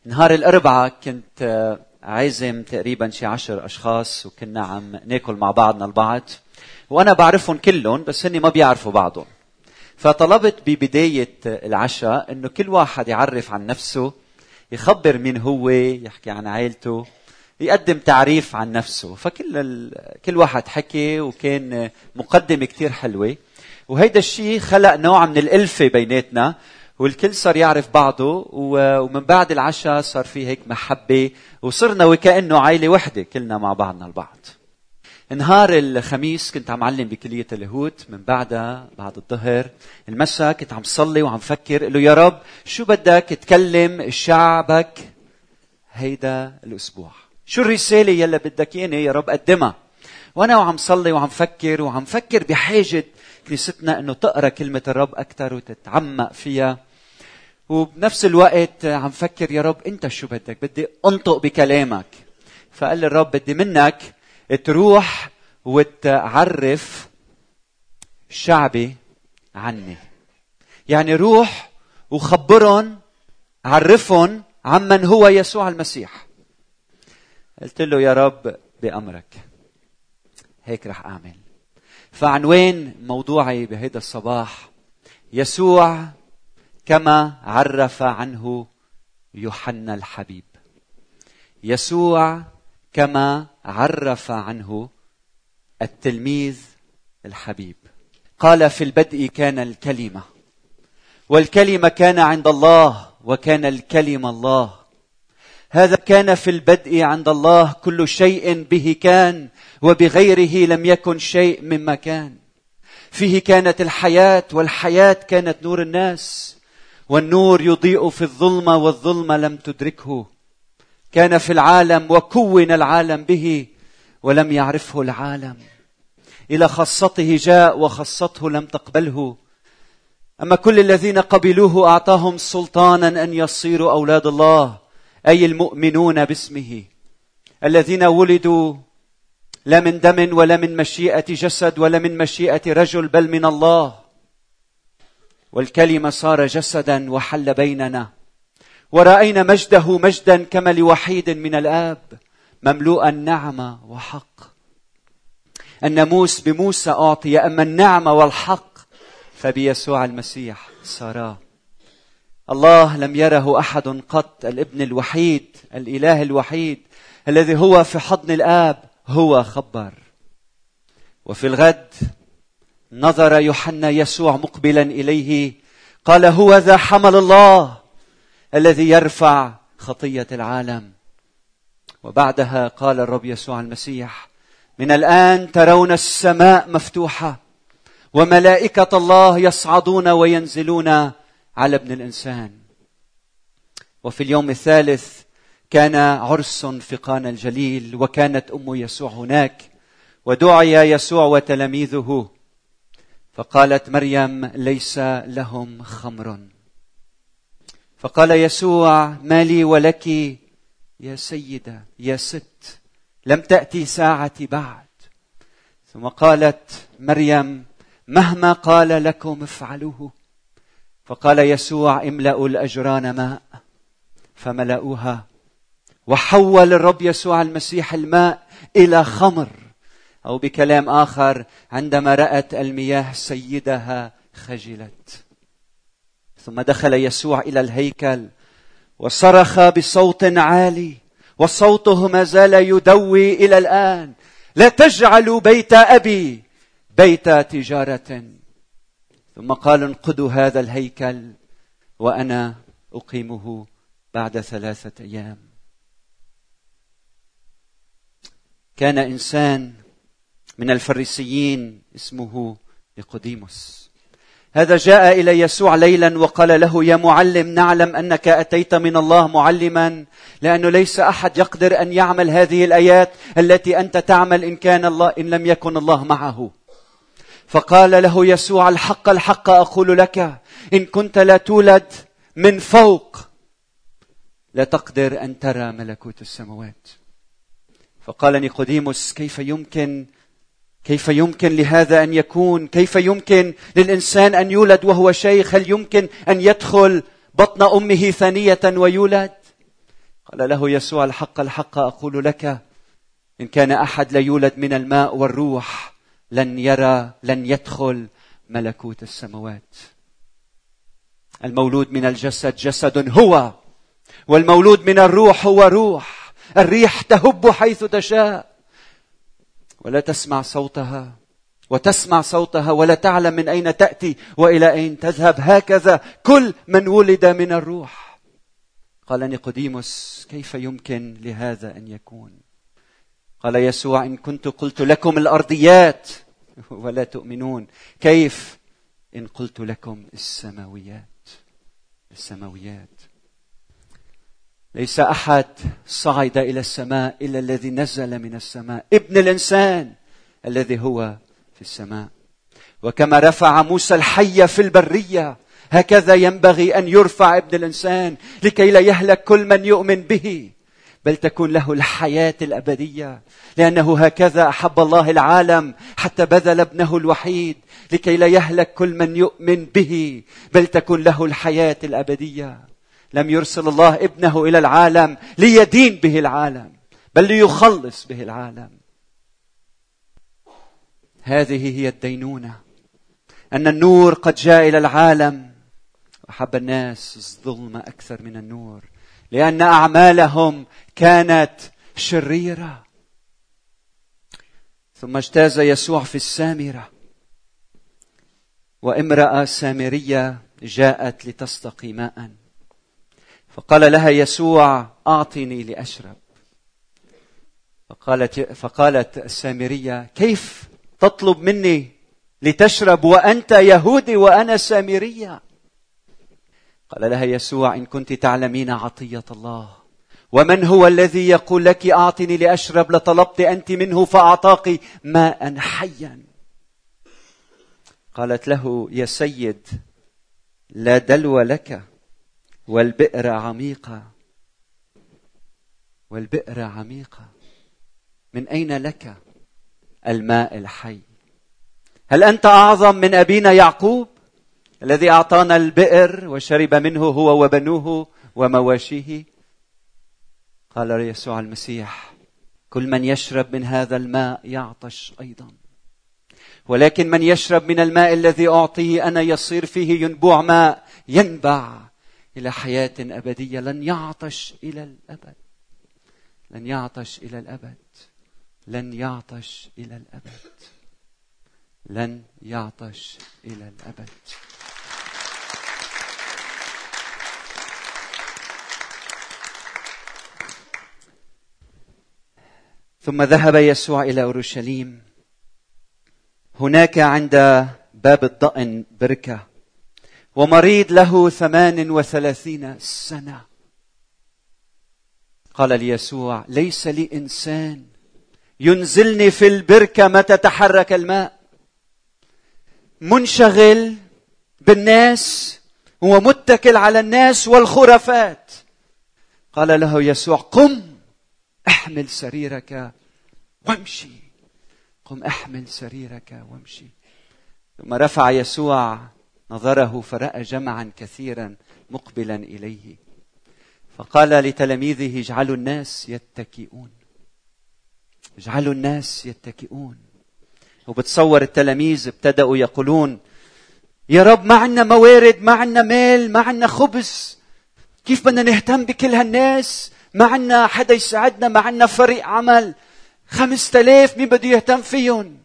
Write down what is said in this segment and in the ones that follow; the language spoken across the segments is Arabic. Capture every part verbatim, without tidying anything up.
نهار الأربعاء كنت عازم تقريبا شي عشر أشخاص، وكنا عم ناكل مع بعضنا البعض، وأنا بعرفهم كلهم بس هني ما بيعرفوا بعضهم. فطلبت ببداية العشاء إنه كل واحد يعرف عن نفسه، يخبر مين هو، يحكي عن عائلته، يقدم تعريف عن نفسه. فكل ال... كل واحد حكي، وكان مقدمة كتير حلوة، وهيدا الشيء خلق نوع من الألفة بيناتنا، والكل صار يعرف بعضه. ومن بعد العشاء صار فيه هيك محبة، وصرنا وكأنه عائلة وحدة كلنا مع بعضنا البعض. نهار الخميس كنت عم علم بكلية اللاهوت، من بعدها بعد الظهر المساء كنت عم صلي وعم فكر له يا رب شو بدك تكلم شعبك هيدا الأسبوع، شو الرسالة يلي بدك ياني يا رب قدمها. وأنا وعم صلي وعم فكر وعم فكر بحاجة كنيستنا أنه تقرأ كلمة الرب أكتر وتتعمق فيها، وبنفس الوقت عم فكر يا رب أنت شو بدك، بدي أنطق بكلامك. فقال لي الرب بدي منك تروح وتعرف شعبي عني، يعني روح وخبرهم، عرفهم عمن هو يسوع المسيح. قلت له يا رب بأمرك، هيك رح أعمل. فعنوان موضوعي بهذا الصباح يسوع كما عرف عنه يوحنا الحبيب. يسوع كما عرف عنه التلميذ الحبيب. قال في البدء كان الكلمة، والكلمة كان عند الله، وكان الكلمة الله. هذا كان في البدء عند الله، كل شيء به كان، وبغيره لم يكن شيء مما كان. فيه كانت الحياة، والحياة كانت نور الناس، والنور يضيء في الظلمة، والظلمة لم تدركه. كان في العالم، وكون العالم به، ولم يعرفه العالم. إلى خاصته جاء، وخاصته لم تقبله. أما كل الذين قبلوه أعطاهم سلطانا أن يصيروا أولاد الله، أي المؤمنون باسمه، الذين ولدوا لا من دم ولا من مشيئة جسد ولا من مشيئة رجل، بل من الله. والكلمة صار جسدا وحل بيننا، ورأينا مجده مجدا كما لوحيد من الآب، مملوءا نعمة وحق. الناموس بموسى أعطي، أما النعمة والحق فبيسوع المسيح صارا. الله لم يره أحد قط، الابن الوحيد، الإله الوحيد الذي هو في حضن الآب هو خبر. وفي الغد نظر يوحنا يسوع مقبلا إليه، قال هو ذا حمل الله الذي يرفع خطية العالم. وبعدها قال الرب يسوع المسيح من الآن ترون السماء مفتوحة، وملائكة الله يصعدون وينزلون على ابن الإنسان. وفي اليوم الثالث كان عرس في قانا الجليل، وكانت أم يسوع هناك، ودعي يسوع وتلاميذه. فقالت مريم ليس لهم خمر. فقال يسوع ما لي ولك يا سيدة يا ست، لم تأتي ساعتي بعد. ثم قالت مريم مهما قال لكم افعلوه. فقال يسوع املأوا الأجران ماء، فملأوها. وحول الرب يسوع المسيح الماء إلى خمر، أو بكلام آخر عندما رأت المياه سيدها خجلت. ثم دخل يسوع إلى الهيكل وصرخ بصوت عالي، وصوته ما زال يدوي إلى الآن، لا تجعلوا بيت أبي بيت تجارة. ثم قال انقضوا هذا الهيكل وأنا أقيمه بعد ثلاثة أيام. كان إنسان من الفريسيين اسمه نيقوديموس. هذا جاء إلى يسوع ليلا وقال له يا معلم نعلم أنك أتيت من الله معلما، لأنه ليس أحد يقدر أن يعمل هذه الآيات التي أنت تعمل إن كان الله إن لم يكن الله معه. فقال له يسوع الحق الحق أقول لك إن كنت لا تولد من فوق لا تقدر أن ترى ملكوت السماوات. فقال نيقوديموس كيف يمكن كيف يمكن لهذا أن يكون؟ كيف يمكن للإنسان أن يولد وهو شيخ؟ هل يمكن أن يدخل بطن أمه ثانية ويولد؟ قال له يسوع: الحق الحق أقول لك، إن كان أحد لا يولد من الماء والروح لن يرى لن يدخل ملكوت السماوات. المولود من الجسد جسد هو، والمولود من الروح هو روح. الريح تهب حيث تشاء ولا تسمع صوتها، وتسمع صوتها ولا تعلم من أين تأتي وإلى أين تذهب. هكذا كل من ولد من الروح. قال نيقوديموس: كيف يمكن لهذا أن يكون؟ قال يسوع: إن كنت قلت لكم الأرضيات ولا تؤمنون، كيف إن قلت لكم السماويات؟ السماويات. ليس أحد صعد إلى السماء إلا الذي نزل من السماء، ابن الإنسان الذي هو في السماء. وكما رفع موسى الحية في البرية، هكذا ينبغي أن يرفع ابن الإنسان، لكي لا يهلك كل من يؤمن به، بل تكون له الحياة الأبدية. لأنه هكذا أحب الله العالم حتى بذل ابنه الوحيد، لكي لا يهلك كل من يؤمن به، بل تكون له الحياة الأبدية. لم يرسل الله ابنه إلى العالم ليدين به العالم، بل ليخلص به العالم. هذه هي الدينونة، أن النور قد جاء إلى العالم، وحب الناس الظلم أكثر من النور، لأن أعمالهم كانت شريرة. ثم اجتاز يسوع في السامرة، وامرأة سامرية جاءت لتستقي ماء، فقال لها يسوع: أعطني لأشرب. فقالت فقالت السامرية: كيف تطلب مني لتشرب وأنت يهودي وأنا سامرية؟ قال لها يسوع: إن كنت تعلمين عطية الله ومن هو الذي يقول لك أعطني لأشرب، لطلبت أنت منه فأعطاك ماء حيا. قالت له: يا سيد، لا دلو لك، والبئر عميقة والبئر عميقة من أين لك الماء الحي؟ هل أنت أعظم من أبينا يعقوب الذي أعطانا البئر وشرب منه هو وبنوه ومواشيه؟ قال يسوع المسيح: كل من يشرب من هذا الماء يعطش أيضا، ولكن من يشرب من الماء الذي أعطيه أنا يصير فيه ينبوع ماء ينبع إلى حياة أبدية، لن يعطش إلى الأبد. لن يعطش إلى الأبد. لن يعطش إلى الأبد. لن يعطش إلى الأبد. ثم ذهب يسوع إلى أورشليم. هناك عند باب الضأن بركة، ومريض له ثمان وثلاثين سنة. قال ليسوع: ليس لي إنسان ينزلني في البركة متى تحرك الماء. منشغل بالناس ومتكل على الناس والخرافات. قال له يسوع: قم احمل سريرك وامشي. قم احمل سريرك وامشي. ثم رفع يسوع نظره فرأى جمعا كثيرا مقبلا إليه، فقال لتلاميذه: اجعلوا الناس يتكئون. اجعلوا الناس يتكئون. وبتصور التلاميذ ابتدأوا يقولون: يا رب، ما عنا موارد، ما عنا مال، ما عنا خبز، كيف بدنا نهتم بكل هالناس؟ ما عنا حدا يساعدنا، ما عنا فريق عمل، خمسة آلاف مين بده يهتم فيهم؟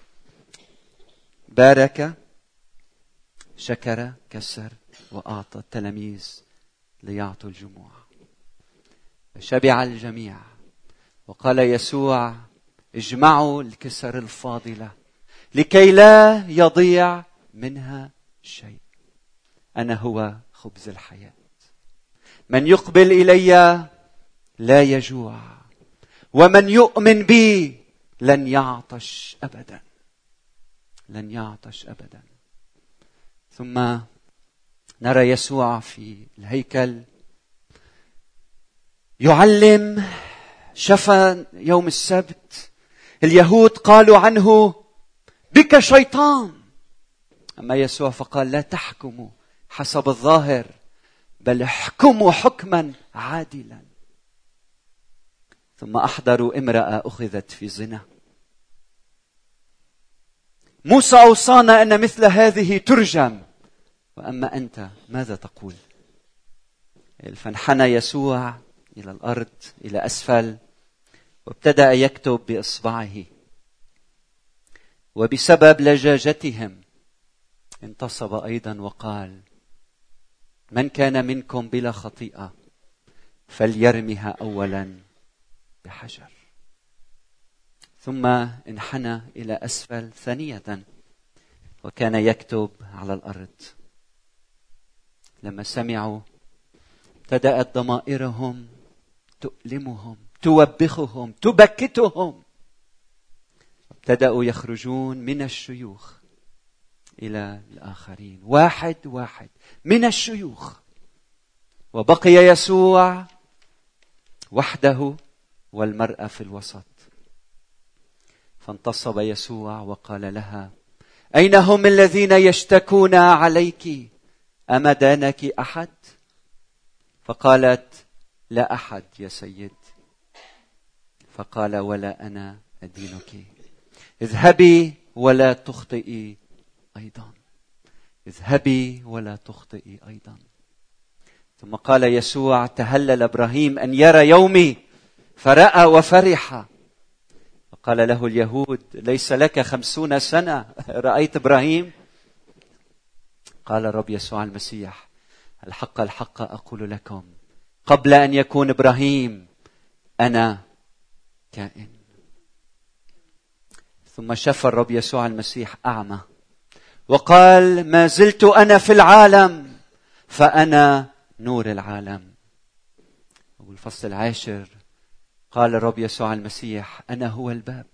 بارك، شكر، كسر، وأعطى التلاميذ ليعطوا الجموع. فشبع الجميع. وقال يسوع: اجمعوا الكسر الفاضلة لكي لا يضيع منها شيء. أنا هو خبز الحياة. من يقبل إلي لا يجوع، ومن يؤمن بي لن يعطش أبدا. لن يعطش أبدا. ثم نرى يسوع في الهيكل يعلم. شفى يوم السبت. اليهود قالوا عنه: بك شيطان. أما يسوع فقال: لا تحكموا حسب الظاهر، بل احكموا حكما عادلا. ثم أحضروا امرأة أخذت في زنا. موسى أوصانا أن مثل هذه ترجم، وأما أنت ماذا تقول؟ فانحنى يسوع إلى الأرض إلى أسفل وابتدأ يكتب بإصبعه، وبسبب لجاجتهم انتصب أيضا وقال: من كان منكم بلا خطيئة فليرمها أولا بحجر. ثم انحنى إلى أسفل ثانية وكان يكتب على الأرض. لما سمعوا ابتدأت ضمائرهم تؤلمهم، توبخهم، تبكتهم. ابتدأوا يخرجون من الشيوخ إلى الآخرين، واحد واحد من الشيوخ، وبقي يسوع وحده والمرأة في الوسط. فانتصب يسوع وقال لها: أين هم الذين يشتكون عليك؟ أما دانك أحد؟ فقالت: لا أحد يا سيد. فقال: ولا أنا أدينك، اذهبي ولا تخطئي أيضا، اذهبي ولا تخطئي أيضا. ثم قال يسوع: تهلل إبراهيم أن يرى يومي فرأى وفرح. فقال له اليهود: ليس لك خمسون سنة رأيت إبراهيم؟ قال الرب يسوع المسيح: الحق الحق أقول لكم، قبل أن يكون إبراهيم أنا كائن. ثم شاف الرب يسوع المسيح أعمى وقال: ما زلت أنا في العالم فأنا نور العالم. والفصل العاشر قال الرب يسوع المسيح: أنا هو الباب،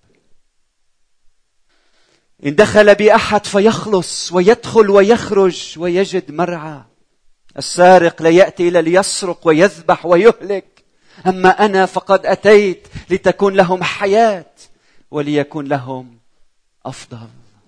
إن دخل بي أحد فيخلص ويدخل ويخرج ويجد مرعى. السارق لا يأتي إلا ليسرق ويذبح ويهلك، أما أنا فقد أتيت لتكون لهم حياة وليكون لهم أفضل.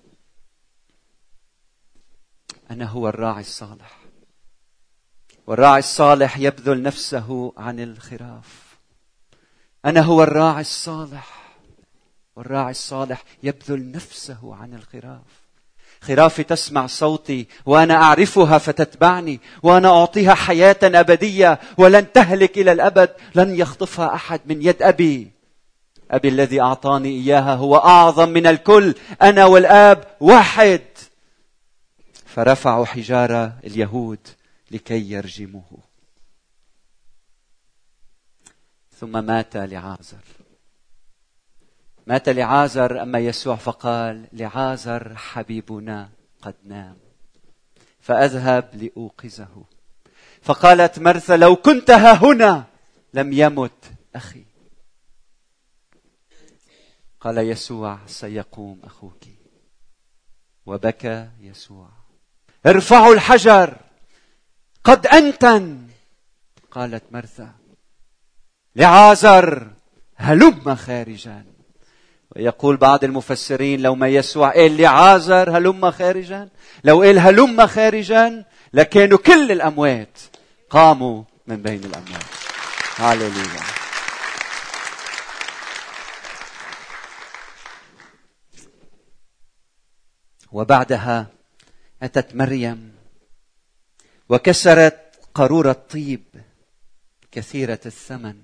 أنا هو الراعي الصالح، والراعي الصالح يبذل نفسه عن الخراف. أنا هو الراعي الصالح، والراعي الصالح يبذل نفسه عن الخراف. خرافي تسمع صوتي وأنا أعرفها فتتبعني، وأنا أعطيها حياة أبدية ولن تهلك إلى الأبد، لن يخطفها أحد من يد أبي. أبي الذي أعطاني إياها هو أعظم من الكل، أنا والآب واحد. فرفعوا حجارة اليهود لكي يرجموه. ثم مات لعازر. مات لعازر، أما يسوع فقال: لعازر حبيبنا قد نام، فأذهب لأوقظه. فقالت مرثا: لو كنت ها هنا لم يمت أخي. قال يسوع: سيقوم أخوك. وبكى يسوع: ارفعوا الحجر قد أنتن. قالت مرثا: لعازر هلم خارجا. ويقول بعض المفسرين: لو ما يسوع قال لعازر هلم خارجا، لو قال هلم خارجا لكانوا كل الأموات قاموا من بين الأموات. هاليلويا. وبعدها أتت مريم وكسرت قارورة طيب كثيرة الثمن،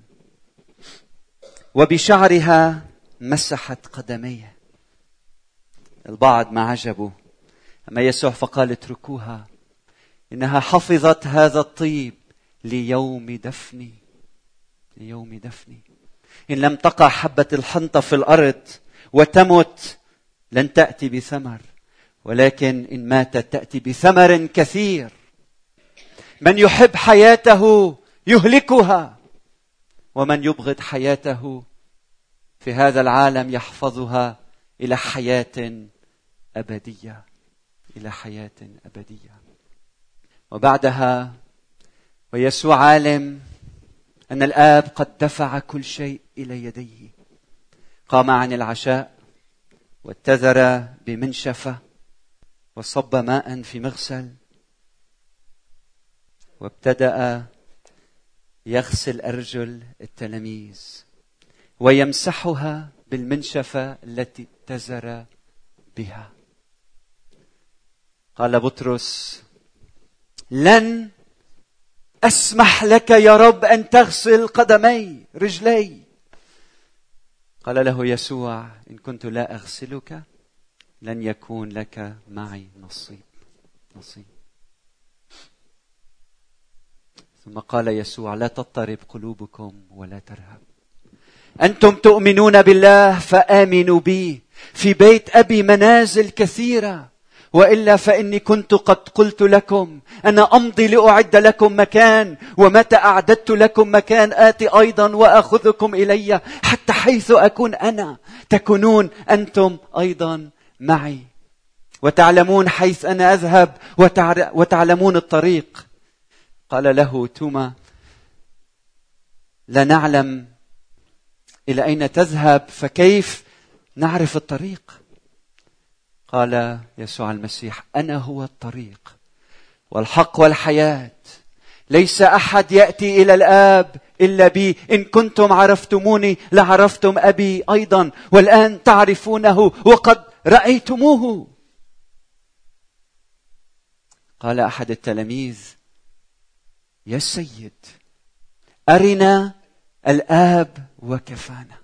وبشعرها مسحت قدميه. البعض ما عجبوا، أما يسوع فقال: اتركوها، إنها حفظت هذا الطيب ليوم دفني. ليوم دفني. إن لم تقع حبة الحنطة في الأرض وتمت لن تأتي بثمر، ولكن إن ماتت تأتي بثمر كثير. من يحب حياته يهلكها، ومن يبغض حياته في هذا العالم يحفظها إلى حياة أبدية. إلى حياة أبدية. وبعدها ويسوع عالم أن الآب قد دفع كل شيء إلى يديه، قام عن العشاء واتذر بمنشفة وصب ماء في مغسل، وابتدأ يغسل أرجل التلاميذ ويمسحها بالمنشفة التي اتزر بها. قال بطرس: لن أسمح لك يا رب أن تغسل قدمي رجلي. قال له يسوع: إن كنت لا أغسلك لن يكون لك معي نصيب نصيب. ثم قال يسوع: لا تضطرب قلوبكم ولا ترهب. أنتم تؤمنون بالله فآمنوا بي. في بيت أبي منازل كثيرة، وإلا فإني كنت قد قلت لكم أنا أمضي لأعد لكم مكان، ومتى أعددت لكم مكان آتي أيضا وأخذكم إلي، حتى حيث أكون أنا تكونون أنتم أيضا معي، وتعلمون حيث أنا أذهب وتعلمون الطريق. قال له توما: لا نعلم إلى أين تذهب، فكيف نعرف الطريق؟ قال يسوع المسيح: أنا هو الطريق والحق والحياة، ليس أحد يأتي إلى الآب إلا بي. إن كنتم عرفتموني لعرفتم أبي أيضا، والآن تعرفونه وقد رأيتموه. قال أحد التلاميذ: يا سيد، أرنا الآب وكفانا.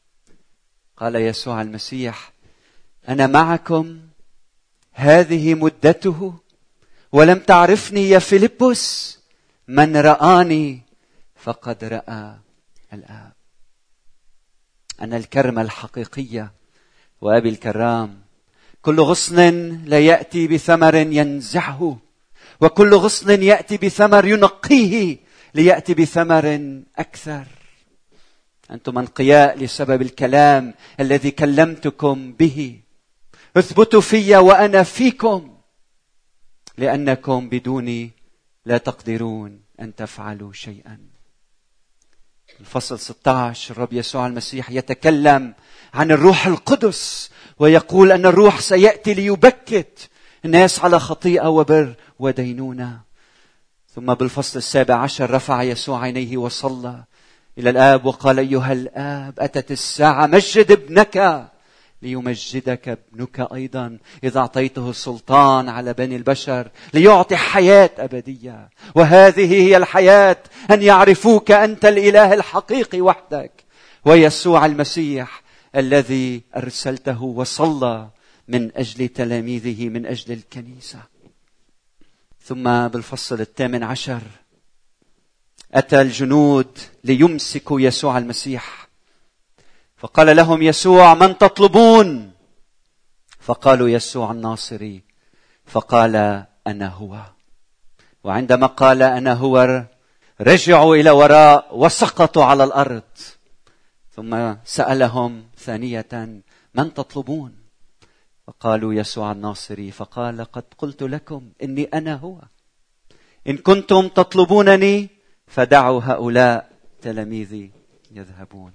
قال يسوع المسيح: أنا معكم هذه مدته ولم تعرفني يا فيلبس؟ من رآني فقد رأى الآب. أنا الكرمة الحقيقية وأبي الكرام. كل غصن لا يأتي بثمر ينزعه، وكل غصن يأتي بثمر ينقيه ليأتي بثمر أكثر. أنتم أنقياء لسبب الكلام الذي كلمتكم به. اثبتوا في وأنا فيكم، لأنكم بدوني لا تقدرون أن تفعلوا شيئا. الفصل ستة عشر الرب يسوع المسيح يتكلم عن الروح القدس، ويقول أن الروح سيأتي ليبكت الناس على خطيئة وبر ودينونة. ثم بالفصل السابع عشر رفع يسوع عينيه وصلى إلى الآب وقال: أيها الآب، أتت الساعة، مجد ابنك ليمجدك ابنك أيضا، إذا أعطيته السلطان على بني البشر ليعطي حياة أبدية. وهذه هي الحياة، أن يعرفوك أنت الإله الحقيقي وحدك، ويسوع المسيح الذي أرسلته. وصلى من أجل تلاميذه، من أجل الكنيسة. ثم بالفصل الثامن عشر أتى الجنود ليمسكوا يسوع المسيح، فقال لهم يسوع: من تطلبون؟ فقالوا: يسوع الناصري. فقال: أنا هو. وعندما قال أنا هو، رجعوا إلى وراء وسقطوا على الأرض. ثم سألهم ثانية: من تطلبون؟ فقالوا: يسوع الناصري. فقال: قد قلت لكم إني أنا هو. إن كنتم تطلبونني فدعوا هؤلاء تلاميذي يذهبون.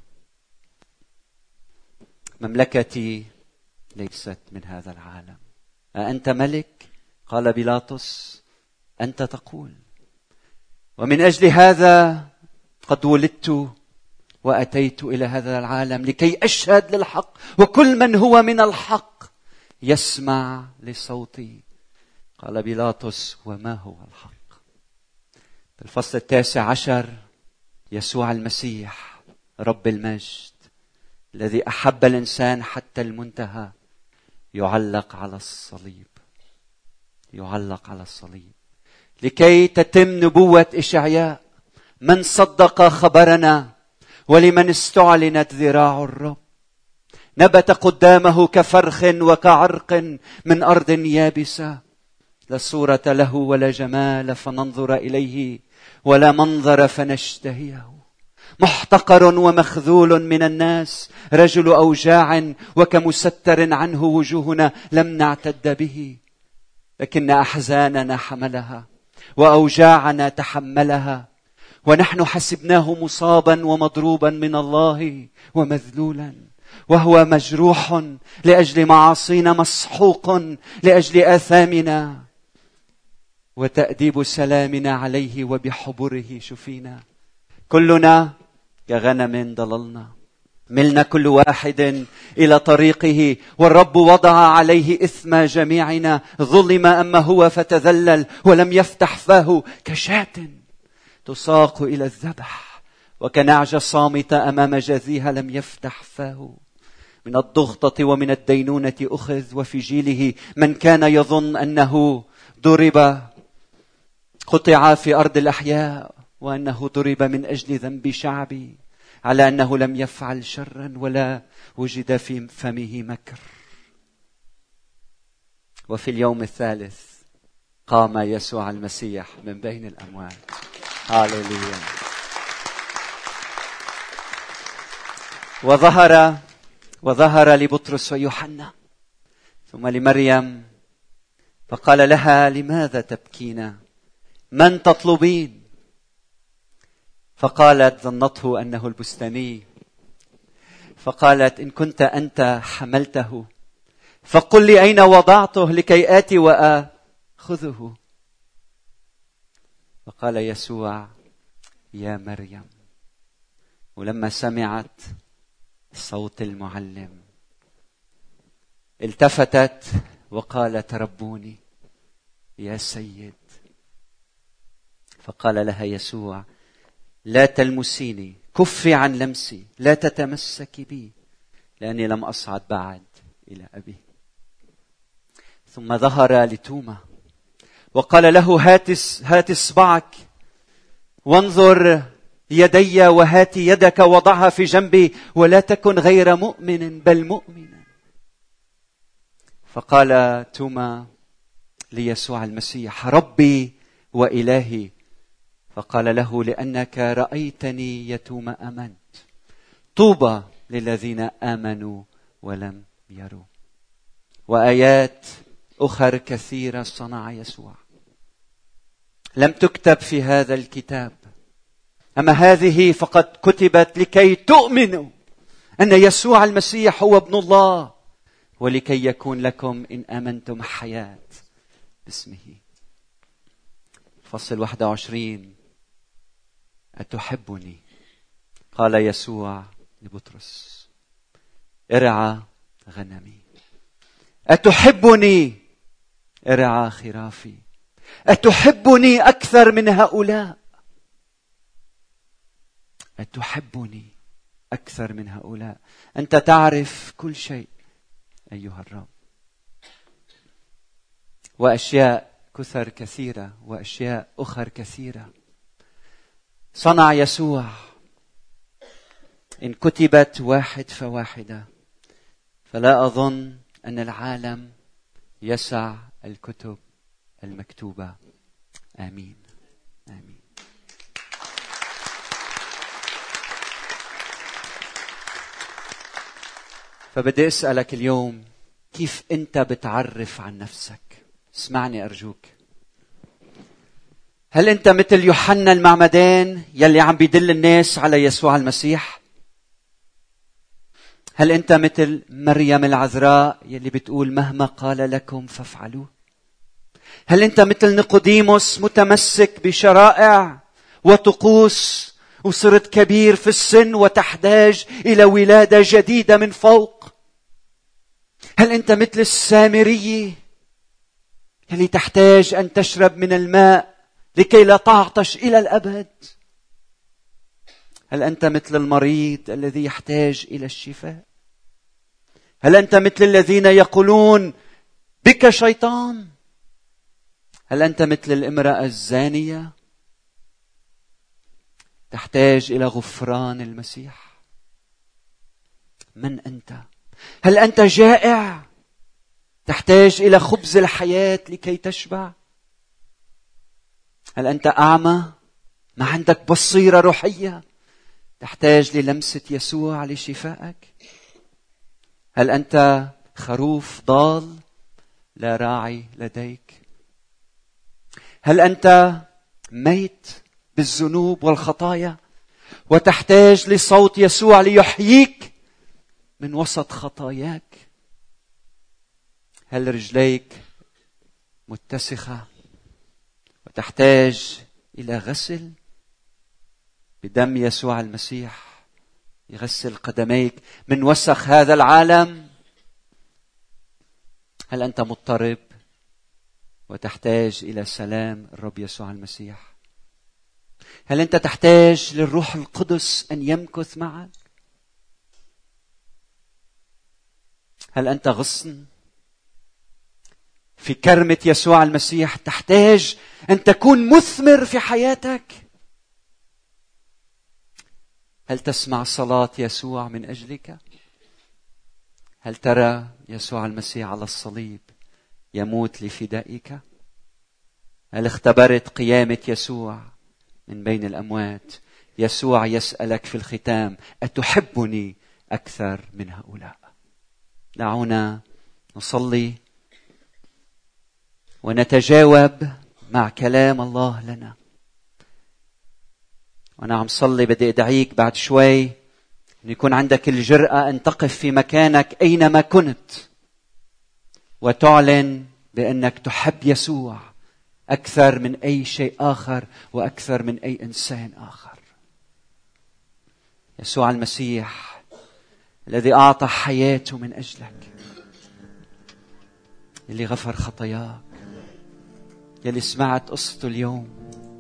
مملكتي ليست من هذا العالم. أأنت ملك؟ قال بيلاطس: أنت تقول. ومن أجل هذا قد ولدت وأتيت إلى هذا العالم لكي أشهد للحق، وكل من هو من الحق يسمع لصوتي. قال بيلاطس: وما هو الحق؟ في الفصل التاسع عشر يسوع المسيح رب المجد الذي أحب الإنسان حتى المنتهى يعلق على الصليب، يعلق على الصليب لكي تتم نبوة إشعياء: من صدق خبرنا ولمن استعلنت ذراع الرب. نبت قدامه كفرخ وكعرق من أرض يابسة، لا صورة له ولا جمال فننظر إليه، ولا منظر فنشتهيه. محتقر ومخذول من الناس، رجل أوجاع وكمستر عنه وجوهنا لم نعتد به. لكن أحزاننا حملها وأوجاعنا تحملها، ونحن حسبناه مصابا ومضروبا من الله ومذلولا، وهو مجروح لأجل معاصينا، مسحوق لأجل آثامنا، وتأديب سلامنا عليه، وبحبره شفينا. كلنا كغنم ضللنا، ملنا كل واحد إلى طريقه، والرب وضع عليه إثم جميعنا. ظلم أما هو فتذلل ولم يفتح فاه، كشاة تساق إلى الذبح، وكنعجة صامتة أمام جاذيها لم يفتح فاه. من الضغطة ومن الدينونة أخذ، وفي جيله من كان يظن أنه ضرب قطع في أرض الأحياء، وأنه ضرب من أجل ذنب شعبي، على أنه لم يفعل شرا ولا وجد في فمه مكر. وفي اليوم الثالث قام يسوع المسيح من بين الأموات. هاليلويا. وظهر وظهر لبطرس ويوحنا ثم لمريم، فقال لها: لماذا تبكين؟ من تطلبين؟ فقالت، ظنته أنه البستاني، فقالت: إن كنت أنت حملته فقل لي أين وضعته لكي آتي وأخذه. فقال يسوع: يا مريم. ولما سمعت صوت المعلم التفتت وقالت: ربوني يا سيد. فقال لها يسوع: لا تلمسيني، كفي عن لمسي، لا تتمسكي بي، لأني لم أصعد بعد إلى أبي. ثم ظهر لتوما وقال له: هات هات إصبعك وانظر يدي، وهات يدك وضعها في جنبي، ولا تكن غير مؤمن بل مؤمنا. فقال توما ليسوع المسيح: ربي وإلهي. فقال له: لأنك رأيتني يا توما آمنت. طوبى للذين آمنوا ولم يروا. وآيات أخر كثيرة صنع يسوع لم تكتب في هذا الكتاب، أما هذه فقد كتبت لكي تؤمنوا أن يسوع المسيح هو ابن الله، ولكي يكون لكم إن آمنتم حياة باسمه. فصل واحد وعشرين: أتحبني؟ قال يسوع لبطرس: ارعى غنمي. أتحبني؟ ارعى خرافي. أتحبني أكثر من هؤلاء؟ أتحبني أكثر من هؤلاء؟ أنت تعرف كل شيء أيها الرب، وأشياء كثر كثيرة وأشياء أخر كثيرة صنع يسوع إن كتبت واحد فواحدة، فلا أظن أن العالم يسع الكتب المكتوبة. آمين آمين. فبدي أسألك اليوم، كيف أنت بتعرف عن نفسك؟ اسمعني أرجوك. هل أنت مثل يوحنا المعمدان يلي عم بيدل الناس على يسوع المسيح؟ هل أنت مثل مريم العذراء يلي بتقول مهما قال لكم فافعلوه؟ هل أنت مثل نيقوديموس متمسك بشرائع وطقوس وصرت كبير في السن وتحتاج إلى ولادة جديدة من فوق؟ هل أنت مثل السامرية يلي تحتاج أن تشرب من الماء لكي لا تعطش إلى الأبد؟ هل أنت مثل المريض الذي يحتاج إلى الشفاء؟ هل أنت مثل الذين يقولون بك شيطان؟ هل أنت مثل الامرأة الزانية تحتاج إلى غفران المسيح؟ من أنت؟ هل أنت جائع تحتاج إلى خبز الحياة لكي تشبع؟ هل أنت أعمى ما عندك بصيرة روحية تحتاج للمسة يسوع لشفائك؟ هل أنت خروف ضال لا راعي لديك؟ هل أنت ميت بالذنوب والخطايا وتحتاج لصوت يسوع ليحييك من وسط خطاياك؟ هل رجليك متسخة وتحتاج إلى غسل بدم يسوع المسيح يغسل قدميك من وسخ هذا العالم. هل أنت مضطرب وتحتاج إلى سلام الرب يسوع المسيح؟ هل أنت تحتاج للروح القدس أن يمكث معك؟ هل أنت غصن في كرمة يسوع المسيح تحتاج أن تكون مثمر في حياتك؟ هل تسمع صلاة يسوع من أجلك؟ هل ترى يسوع المسيح على الصليب يموت لفدائك؟ هل اختبرت قيامة يسوع من بين الأموات؟ يسوع يسألك في الختام: أتحبني أكثر من هؤلاء؟ دعونا نصلي ونتجاوب مع كلام الله لنا. وأنا عم صلي بدي أدعيك بعد شوي أن يكون عندك الجرأة أن تقف في مكانك أينما كنت وتعلن بأنك تحب يسوع أكثر من أي شيء آخر وأكثر من أي إنسان آخر. يسوع المسيح الذي أعطى حياته من أجلك، اللي غفر خطاياك، يلي سمعت قصته اليوم.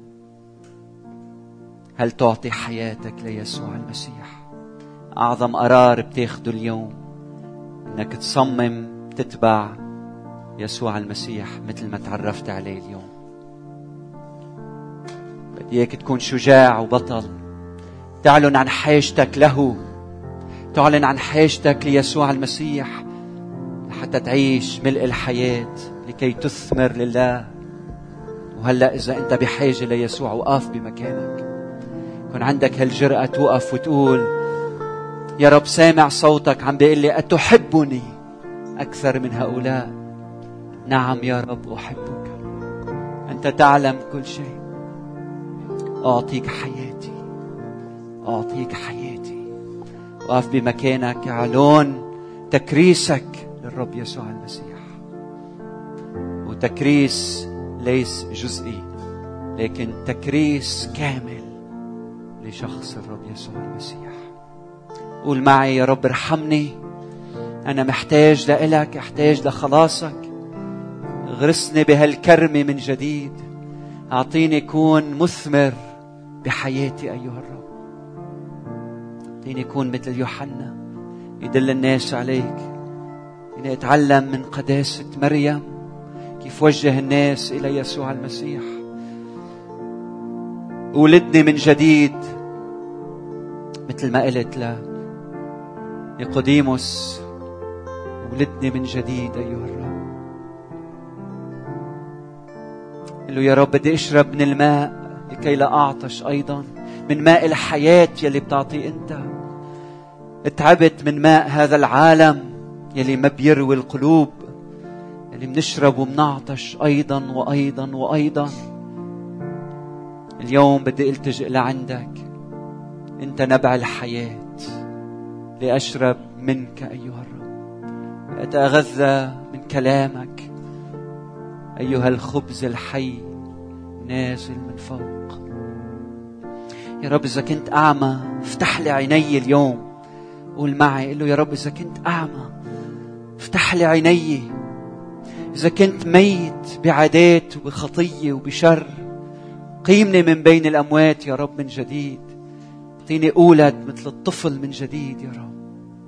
هل تعطي حياتك ليسوع المسيح؟ أعظم قرار بتاخده اليوم إنك تصمم تتبع يسوع المسيح مثل ما تعرفت عليه اليوم. بدي إياك تكون شجاع وبطل، تعلن عن حاجتك له، تعلن عن حاجتك ليسوع المسيح حتى تعيش ملء الحياة لكي تثمر لله. وهلأ إذا أنت بحاجة ليسوع وقف بمكانك، كن عندك هالجرأة توقف وتقول: يا رب سامع صوتك عم بيقول لي أتحبني أكثر من هؤلاء؟ نعم يا رب أحبك، أنت تعلم كل شيء. أعطيك حياتي، أعطيك حياتي. وقف بمكانك، اعلن تكريسك للرب يسوع المسيح. وتكريس ليس جزئي لكن تكريس كامل لشخص الرب يسوع المسيح. قول معي: يا رب ارحمني، أنا محتاج لإلك، احتاج لخلاصك. غرسني بهالكرمة من جديد، أعطيني كون مثمر بحياتي أيها الرب. أعطيني كون مثل يوحنا يدل الناس عليك. إني أتعلم من قداسة مريم كيف وجه الناس إلى يسوع المسيح. ولدني من جديد مثل ما قلت له نيقوديموس: ولدني من جديد أيها الرب. قل له: يا رب بدي أشرب من الماء لكي لا أعطش أيضا، من ماء الحياة يلي بتعطي أنت. اتعبت من ماء هذا العالم يلي ما بيروي القلوب، يلي منشرب ومنعطش أيضا وأيضا وأيضا. اليوم بدي ألتجئ لعندك، أنت نبع الحياة، لأشرب منك أيها الرب، لأتغذى من كلامك أيها الخبز الحي نازل من فوق. يا رب إذا كنت أعمى افتح لي عيني اليوم. قول معي، قل له: يا رب إذا كنت أعمى افتح لي عيني. إذا كنت ميت بعادات وبخطية وبشر قيمني من بين الأموات يا رب من جديد. اعطيني أولد مثل الطفل من جديد يا رب.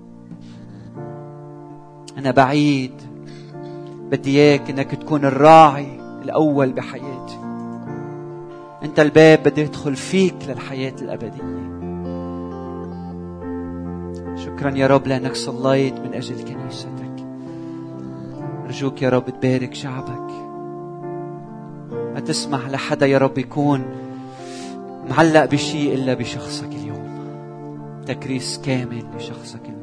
أنا بعيد، بدي إياك إنك تكون الراعي الأول بحياتي. أنت الباب، بدي أدخل فيك للحياة الأبدية. شكرا يا رب لأنك صليت من أجل كنيستك. أرجوك يا رب تبارك شعبك، ما تسمح لحدا يا رب يكون معلق بشيء إلا بشخصك اليوم. تكريس كامل لشخصك اليوم.